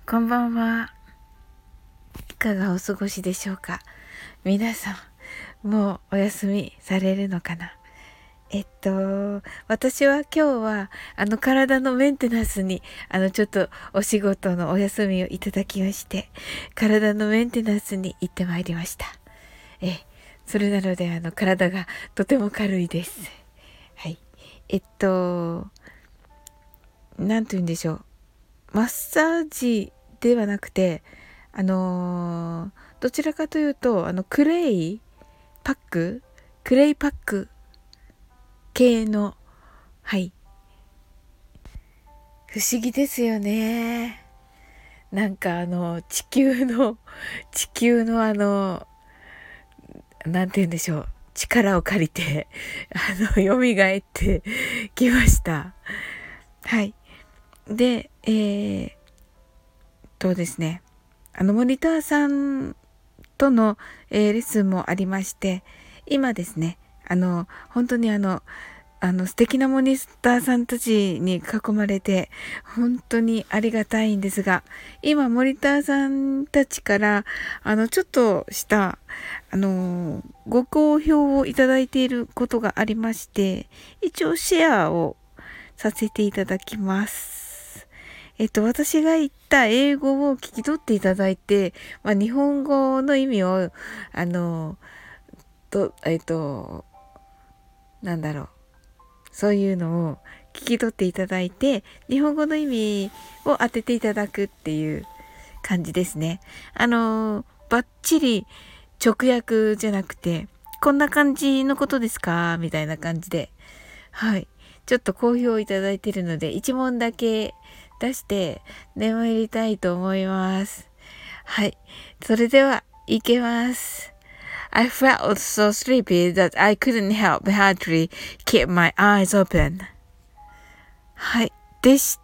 こんばんは。いかがお過ごしでしょうか。皆さん、もうお休みされるのかな。私は今日は、体のメンテナンスに、ちょっとお仕事のお休みをいただきまして、体のメンテナンスに行ってまいりました。それなので、体がとても軽いです。はい。なんて言うんでしょう。マッサージではなくて、どちらかというと、クレイパック系の、はい。不思議ですよね。なんか地球のなんて言うんでしょう。力を借りて、蘇ってきました。はい。で、ですね。モニターさんとの、レッスンもありまして、今ですね、本当に素敵なモニターさんたちに囲まれて、本当にありがたいんですが、今、モニターさんたちから、ちょっとした、ご好評をいただいていることがありまして、一応シェアをさせていただきます。私が言った英語を聞き取っていただいて、日本語の意味を、と、なんだろう。そういうのを聞き取っていただいて、日本語の意味を当てていただくっていう感じですね。バッチリ直訳じゃなくて、こんな感じのことですかみたいな感じで。はい。ちょっと好評いただいているので、一問だけ出して眠りたいと思います。はい。それでは、いけます。I felt so sleepy that I couldn't help but hardly keep my eyes open. はい。でした。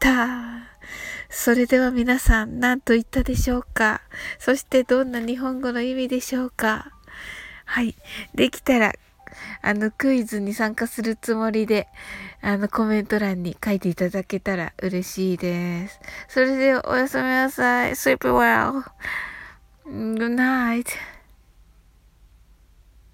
それでは皆さん、何と言ったでしょうか。そしてどんな日本語の意味でしょうか。はい。できたら、クイズに参加するつもりで、コメント欄に書いていただけたら嬉しいです。それではおやすみなさい。Sleep well. Good night.